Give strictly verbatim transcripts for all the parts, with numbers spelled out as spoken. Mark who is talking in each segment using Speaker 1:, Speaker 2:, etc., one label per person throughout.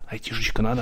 Speaker 1: Айтишечка надо.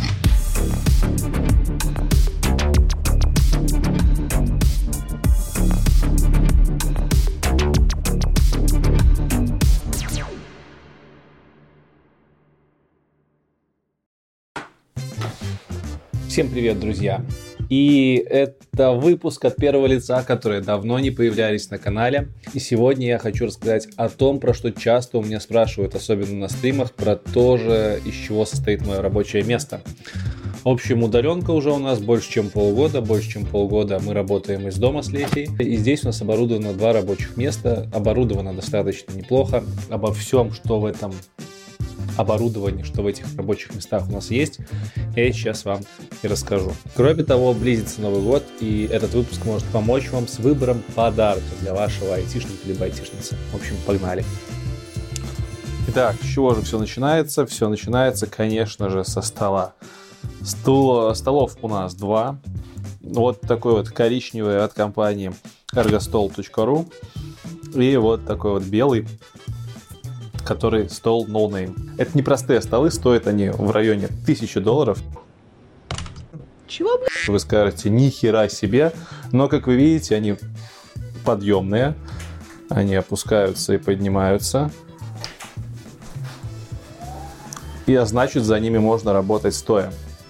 Speaker 1: Всем привет, друзья! И это выпуск от первого лица, которые давно не появлялись на канале. И сегодня я хочу рассказать о том, про что часто у меня спрашивают, особенно на стримах, про то же, из чего состоит мое рабочее место. В общем, удаленка уже у нас больше, чем полгода. Больше, чем полгода мы работаем из дома с Лесей. И здесь у нас оборудовано два рабочих места. Оборудовано достаточно неплохо. Обо всем, что в этом оборудовании, что в этих рабочих местах у нас есть, я сейчас вам и расскажу. Кроме того, близится Новый год, и этот выпуск может помочь вам с выбором подарка для вашего айтишника либо айтишницы. В общем, погнали. Итак, с чего же все начинается? Все начинается, конечно же, со стола. Стул, столов у нас два. Вот такой вот коричневый от компании эргостол точка ру и вот такой вот белый, который стол No Name. Это непростые столы, стоят они в районе тысячи долларов.
Speaker 2: Чего, блядь?
Speaker 1: Вы скажете, ни хера себе, но, как вы видите, они подъемные, они опускаются и поднимаются, и а значит, за ними можно работать стоя.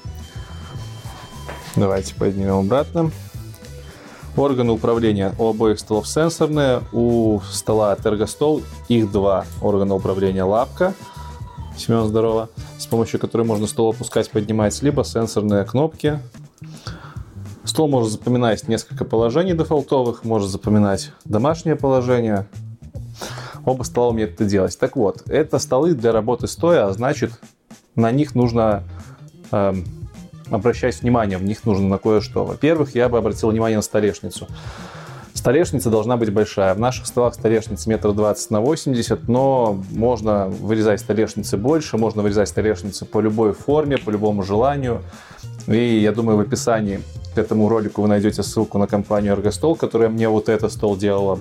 Speaker 1: Давайте поднимем обратно. Органы управления у обоих столов сенсорные. У стола от Эргостол их два органа управления: лапка, Семен, здорово, с помощью которой можно стол опускать, поднимать, либо сенсорные кнопки. Стол может запоминать несколько положений дефолтовых, может запоминать домашнее положение. Оба стола умеют это делать. Так вот, это столы для работы стоя, а значит, на них нужно э, обращать внимание, в них нужно на кое-что. Во-первых, я бы обратил внимание на столешницу. Столешница должна быть большая. В наших столах столешница метр двадцать на восемьдесят, но можно вырезать столешницы больше, можно вырезать столешницы по любой форме, по любому желанию. И я думаю, в описании к этому ролику вы найдете ссылку на компанию Эргостол, которая мне вот этот стол делала.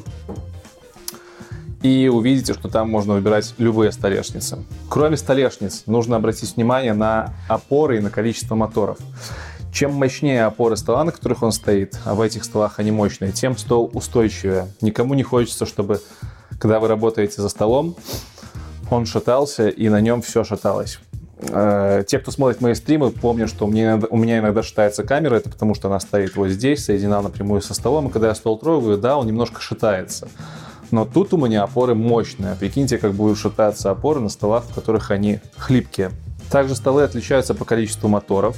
Speaker 1: И увидите, что там можно выбирать любые столешницы. Кроме столешниц, нужно обратить внимание на опоры и на количество моторов. Чем мощнее опоры стола, на которых он стоит, а в этих столах они мощные, тем стол устойчивее. Никому не хочется, чтобы, когда вы работаете за столом, он шатался и на нем все шаталось. Те, кто смотрит мои стримы, помнят, что у меня, иногда, у меня иногда шатается камера, это потому что она стоит вот здесь, соединена напрямую со столом, и когда я стол трогаю, да, он немножко шатается. Но тут у меня опоры мощные. Прикиньте, как будут шататься опоры на столах, в которых они хлипкие. Также столы отличаются по количеству моторов.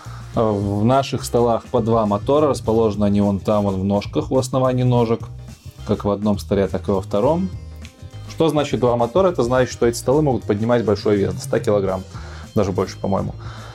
Speaker 1: В наших столах по два мотора. Расположены они вон там, вон в ножках, в основании ножек. Как в одном столе, так и во втором. Что значит два мотора? Это значит, что эти столы могут поднимать большой вес, до ста килограмм. Даже больше, по-моему.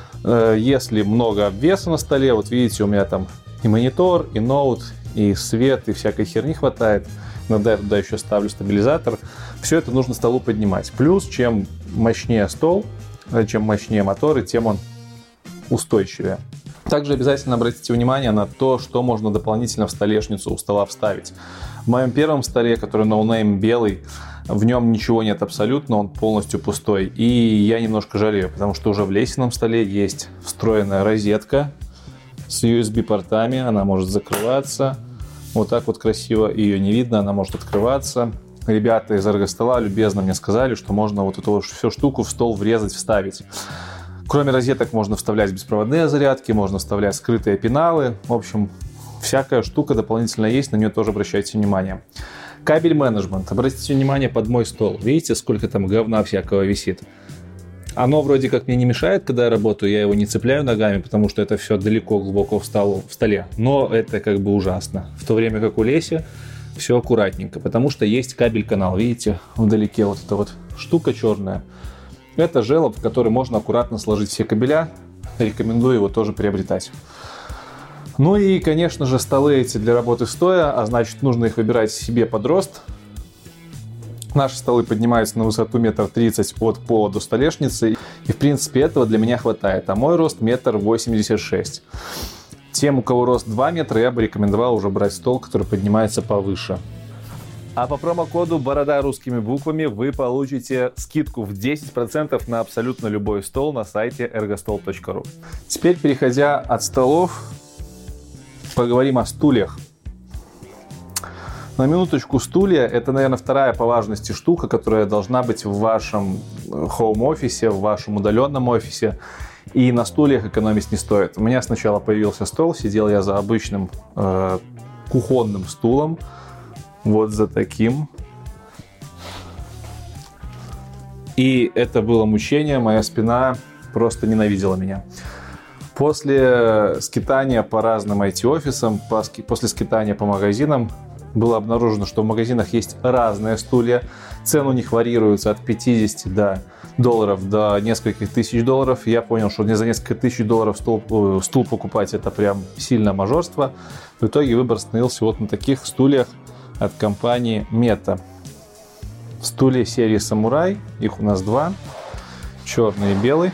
Speaker 1: Если много обвеса на столе, вот видите, у меня там и монитор, и ноут, и свет, и всякой херни хватает. Иногда я туда еще ставлю стабилизатор. Все это нужно столу поднимать. Плюс, чем мощнее стол, чем мощнее моторы, тем он устойчивее. Также обязательно обратите внимание на то, что можно дополнительно в столешницу у стола вставить. В моем первом столе, который No Name белый, в нем ничего нет абсолютно, он полностью пустой. И я немножко жалею, потому что уже в Лесином столе есть встроенная розетка с ю эс би-портами, она может закрываться. Вот так вот красиво, ее не видно, она может открываться. Ребята из Эргостола любезно мне сказали, что можно вот эту всю штуку в стол врезать, вставить. Кроме розеток можно вставлять беспроводные зарядки, можно вставлять скрытые пеналы. В общем, всякая штука дополнительно есть, на нее тоже обращайте внимание. Кабель менеджмент. Обратите внимание под мой стол. Видите, сколько там говна всякого висит? Оно вроде как мне не мешает, когда я работаю, я его не цепляю ногами, потому что это все далеко, глубоко в, столу, в столе. Но это как бы ужасно. В то время как у Леси все аккуратненько, потому что есть кабель-канал. Видите, вдалеке вот эта вот штука черная. Это желоб, в который можно аккуратно сложить все кабеля. Рекомендую его тоже приобретать. Ну и, конечно же, столы эти для работы стоя, а значит, нужно их выбирать себе под рост. Наши столы поднимаются на высоту метр тридцать от пола до столешницы. И, в принципе, этого для меня хватает. А мой рост метр восемьдесят шесть. Тем, у кого рост два метра, я бы рекомендовал уже брать стол, который поднимается повыше. А по промокоду «Борода» русскими буквами вы получите скидку в десять процентов на абсолютно любой стол на сайте эргостол точка ру. Теперь, переходя от столов, поговорим о стульях. На минуточку, стулья – это, наверное, вторая по важности штука, которая должна быть в вашем хоум-офисе, в вашем удаленном офисе. И на стульях экономить не стоит. У меня сначала появился стол, сидел я за обычным э, кухонным стулом, вот за таким. И это было мучение, моя спина просто ненавидела меня. После скитания по разным ай ти-офисам, после скитания по магазинам, было обнаружено, что в магазинах есть разные стулья. Цены у них варьируются от пятидесяти до долларов до нескольких тысяч долларов. Я понял, что не за несколько тысяч долларов стул, стул покупать это прям сильно мажорство. В итоге выбор становился вот на таких стульях от компании Meta. Стулья серии Samurai, их у нас два, черный и белый.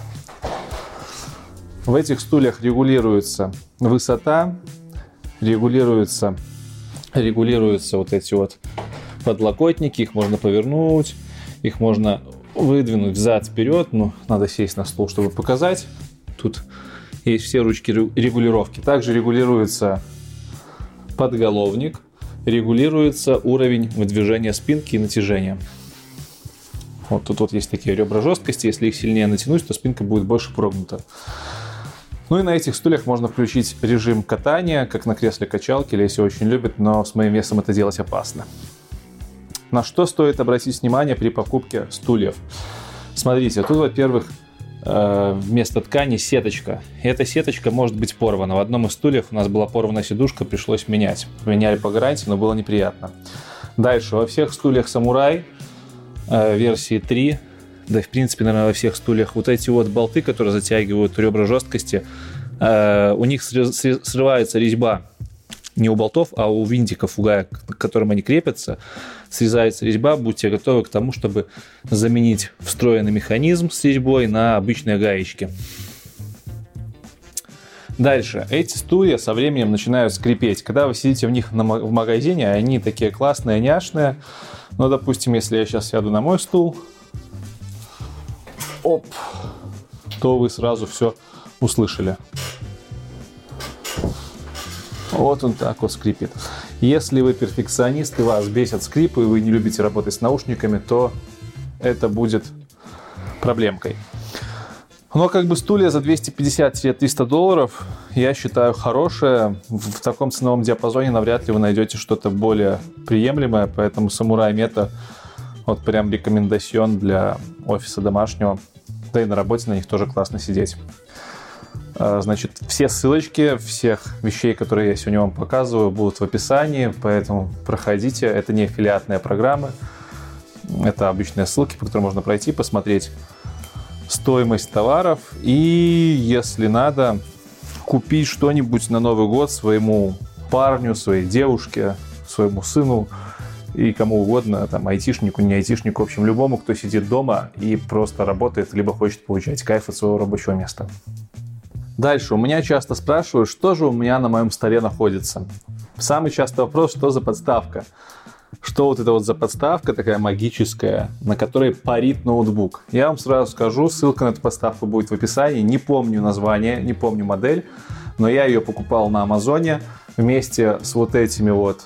Speaker 1: В этих стульях регулируется высота, регулируется, регулируются вот эти вот подлокотники, их можно повернуть, их можно выдвинуть взад-вперед, ну, надо сесть на стул, чтобы показать. Тут есть все ручки регулировки. Также регулируется подголовник, регулируется уровень выдвижения спинки и натяжения. Вот тут вот есть такие ребра жесткости, если их сильнее натянуть, то спинка будет больше прогнута. Ну и на этих стульях можно включить режим катания, как на кресле качалки, или если очень любят, но с моим весом это делать опасно. На что стоит обратить внимание при покупке стульев? Смотрите, тут, во-первых, вместо ткани сеточка. И эта сеточка может быть порвана. В одном из стульев у нас была порвана сидушка, пришлось менять. Поменяли по гарантии, но было неприятно. Дальше, во всех стульях Samurai версии три, да и в принципе, наверное, во всех стульях, вот эти вот болты, которые затягивают ребра жесткости, у них срывается резьба. Не у болтов, а у винтиков, угая, к которым они крепятся, срезается резьба. Будьте готовы к тому, чтобы заменить встроенный механизм с резьбой на обычные гаечки. Дальше. Эти стулья со временем начинают скрипеть. Когда вы сидите в них в магазине, они такие классные, няшные. Но, допустим, если я сейчас сяду на мой стул, оп, то вы сразу все услышали. Вот он так вот скрипит. Если вы перфекционист и вас бесят скрипы, и вы не любите работать с наушниками, то это будет проблемкой. Но как бы стулья за двести пятьдесят - триста долларов, я считаю, хорошие. В таком ценовом диапазоне навряд ли вы найдете что-то более приемлемое, поэтому Samurai Meta вот прям рекомендацион для офиса домашнего. Да и на работе на них тоже классно сидеть. Значит, все ссылочки всех вещей, которые я сегодня вам показываю, будут в описании, поэтому проходите. Это не аффилиатные программы, это обычные ссылки, по которым можно пройти, посмотреть стоимость товаров и, если надо, купить что-нибудь на Новый год своему парню, своей девушке, своему сыну и кому угодно, там, айтишнику, не айтишнику, в общем, любому, кто сидит дома и просто работает, либо хочет получать кайф от своего рабочего места. Дальше. У меня часто спрашивают, что же у меня на моем столе находится. Самый частый вопрос, что за подставка? Что вот это вот за подставка такая магическая, на которой парит ноутбук? Я вам сразу скажу, ссылка на эту подставку будет в описании. Не помню название, не помню модель, но я ее покупал на Амазоне вместе с вот этими вот,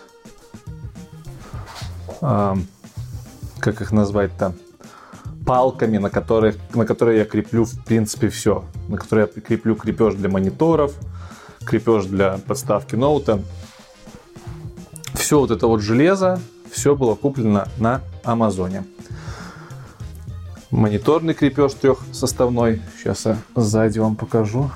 Speaker 1: э, как их назвать-то, палками, на, которых, на которые я креплю, в принципе, все. На которые я креплю крепеж для мониторов, крепеж для подставки ноута. Все вот это вот железо, все было куплено на Амазоне. Мониторный крепеж трехсоставной. Сейчас я сзади вам покажу.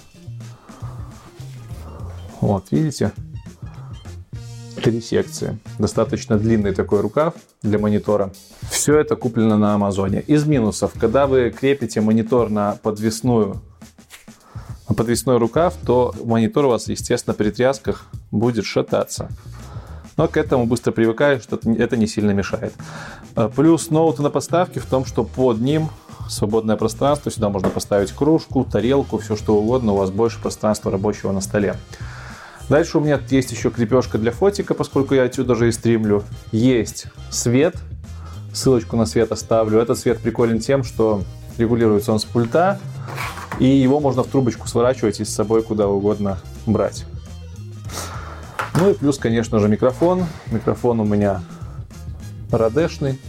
Speaker 1: Вот, видите? Три секции. Достаточно длинный такой рукав для монитора. Все это куплено на Амазоне. Из минусов, когда вы крепите монитор на подвесную, на подвесной рукав, то монитор у вас, естественно, при трясках будет шататься. Но к этому быстро привыкаешь, что это не сильно мешает. Плюс ноута на подставке в том, что под ним свободное пространство. Сюда можно поставить кружку, тарелку, все что угодно. У вас больше пространства рабочего на столе. Дальше у меня есть еще крепежка для фотика, поскольку я отсюда же и стримлю. Есть свет. Ссылочку на свет оставлю. Этот свет приколен тем, что регулируется он с пульта, и его можно в трубочку сворачивать и с собой куда угодно брать. Ну и плюс, конечно же, микрофон. Микрофон у меня родешный.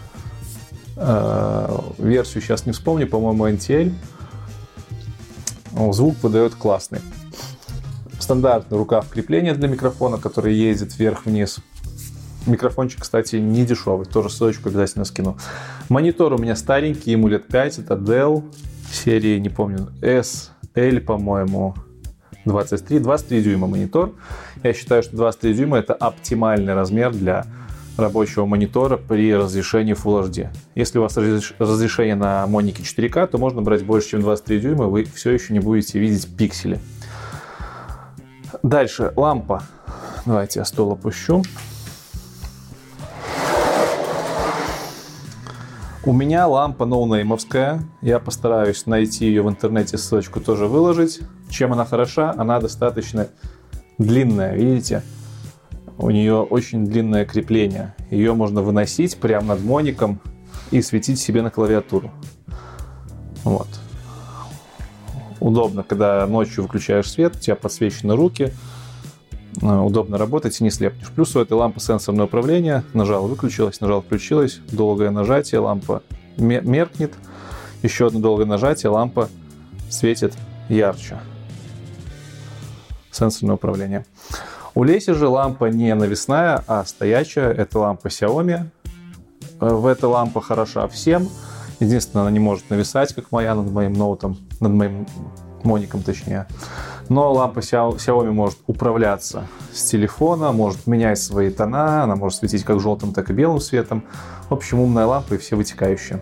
Speaker 1: Э, версию сейчас не вспомню, по-моему, эн ти эл. Звук выдает классный. Стандартный рукав крепления для микрофона, который ездит вверх-вниз. Микрофончик, кстати, не дешевый. Тоже ссылочку обязательно скину. Монитор у меня старенький, ему лет пять. Это Dell серии, не помню, эс эл, по-моему, двадцать три. двадцать три дюйма монитор. Я считаю, что двадцать три дюйма это оптимальный размер для рабочего монитора при разрешении Full эйч ди. Если у вас разрешение на монике четыре ка, то можно брать больше, чем двадцать три дюйма, вы все еще не будете видеть пиксели. Дальше лампа. Давайте я стол опущу. У меня лампа ноунеймовская. Я постараюсь найти ее в интернете, ссылочку тоже выложить. Чем она хороша? Она достаточно длинная, видите? У нее очень длинное крепление. Ее можно выносить прямо над моником и светить себе на клавиатуру. Вот. Удобно, когда ночью выключаешь свет, у тебя подсвечены руки. Удобно работать и не слепнешь. Плюс у этой лампы сенсорное управление. Нажал, выключилось, нажал, включилось. Долгое нажатие, лампа меркнет. Еще одно долгое нажатие, лампа светит ярче. Сенсорное управление. У Леси же лампа не навесная, а стоячая. Это лампа Xiaomi. В эта лампа хороша всем. Единственное, она не может нависать, как моя, над моим ноутом, над моим моником точнее. Но лампа Xiaomi может управляться с телефона, может менять свои тона, она может светить как желтым, так и белым светом. В общем, умная лампа и все вытекающие.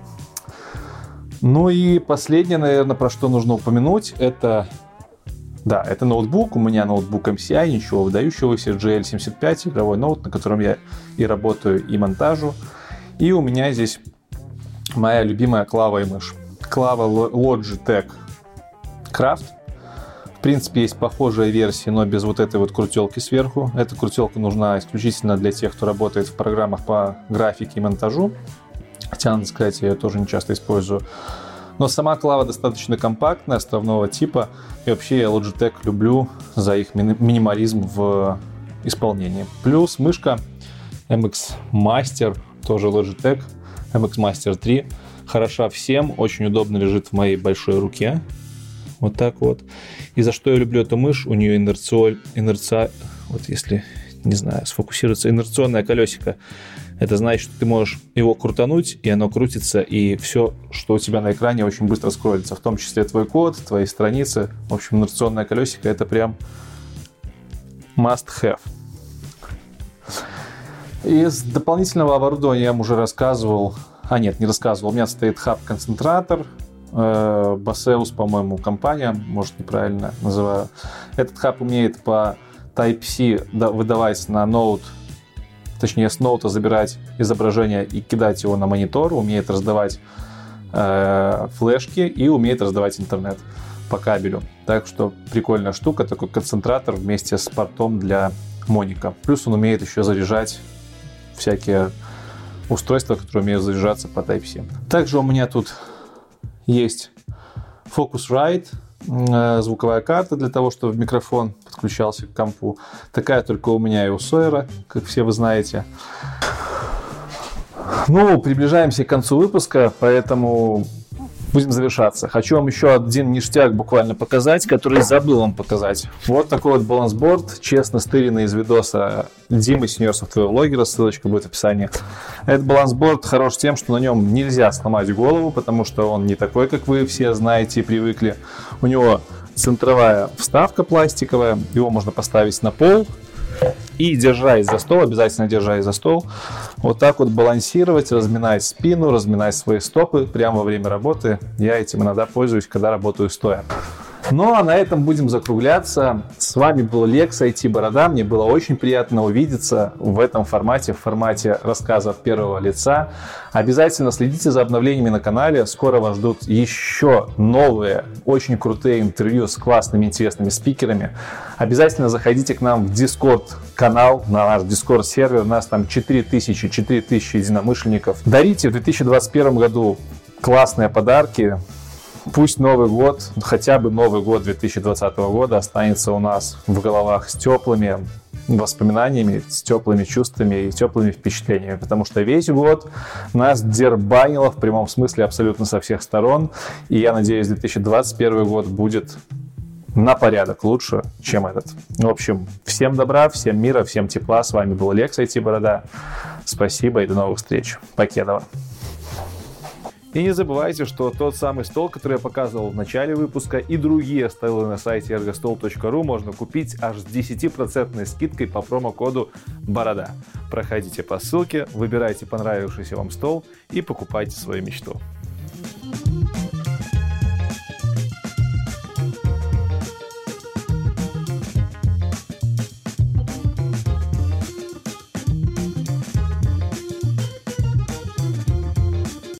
Speaker 1: Ну и последнее, наверное, про что нужно упомянуть, это... Да, это ноутбук. У меня ноутбук эм си ай, ничего выдающегося, джи эл семьдесят пять, игровой ноут, на котором я и работаю, и монтажу. И у меня здесь моя любимая клава и мышь. Клава Logitech Craft. В принципе, есть похожая версия, но без вот этой вот крутелки сверху. Эта крутелка нужна исключительно для тех, кто работает в программах по графике и монтажу. Хотя, надо сказать, я ее тоже не часто использую. Но сама клава достаточно компактная, островного типа. И вообще я Logitech люблю за их ми- минимализм в исполнении. Плюс мышка эм икс Master, тоже Logitech, эм икс Master три. Хороша всем, очень удобно лежит в моей большой руке. Вот так вот. И за что я люблю эту мышь? У нее инерциоль, инерция, вот если, не знаю, сфокусироваться, инерционное колесико. Это значит, что ты можешь его крутануть, и оно крутится, и все, что у тебя на экране, очень быстро скроется. В том числе твой код, твои страницы. В общем, инерционное колесико — это прям must have. Из дополнительного оборудования я вам уже рассказывал. А нет, не рассказывал. У меня стоит хаб-концентратор. Басеус, по-моему, компания, может, неправильно называю. Этот хаб умеет по Type-C выдавать на ноут, точнее, с ноута забирать изображение и кидать его на монитор, умеет раздавать э, флешки и умеет раздавать интернет по кабелю. Так что прикольная штука, такой концентратор вместе с портом для моника. Плюс он умеет еще заряжать всякие устройства, которые умеют заряжаться по Type-C. Также у меня тут есть Focusrite, звуковая карта для того, чтобы микрофон подключался к компу. Такая только у меня и у Сойера, как все вы знаете. Ну, приближаемся к концу выпуска, поэтому будем завершаться. Хочу вам еще один ништяк буквально показать, который забыл вам показать. Вот такой вот балансборд, честно стыренный из видоса Димы, сеньор софтвер-блогера, ссылочка будет в описании. Этот балансборд хорош тем, что на нем нельзя сломать голову, потому что он не такой, как вы все знаете и привыкли. У него центровая вставка пластиковая, его можно поставить на пол и, держась за стол, обязательно держась за стол, вот так вот балансировать, разминать спину, разминать свои стопы прямо во время работы. Я этим иногда пользуюсь, когда работаю стоя. Ну, а на этом будем закругляться. С вами был Лекс, ай ти-борода. Мне было очень приятно увидеться в этом формате, в формате рассказа от первого лица. Обязательно следите за обновлениями на канале. Скоро вас ждут еще новые, очень крутые интервью с классными, интересными спикерами. Обязательно заходите к нам в Discord канал, на наш Discord сервер. У нас там четыре тысячи, четыре тысячи единомышленников. Дарите в две тысячи двадцать первом году классные подарки. Пусть Новый год, хотя бы Новый год две тысячи двадцатого года останется у нас в головах с теплыми воспоминаниями, с теплыми чувствами и теплыми впечатлениями, потому что весь год нас дербанило в прямом смысле абсолютно со всех сторон, и я надеюсь, две тысячи двадцать первый год будет на порядок лучше, чем этот. В общем, всем добра, всем мира, всем тепла. С вами был Лекс, ай ти-борода. Спасибо и до новых встреч. Покедова. И не забывайте, что тот самый стол, который я показывал в начале выпуска, и другие столы на сайте эргостол точка ру можно купить аж с десять процентов скидкой по промокоду Борода. Проходите по ссылке, выбирайте понравившийся вам стол и покупайте свою мечту.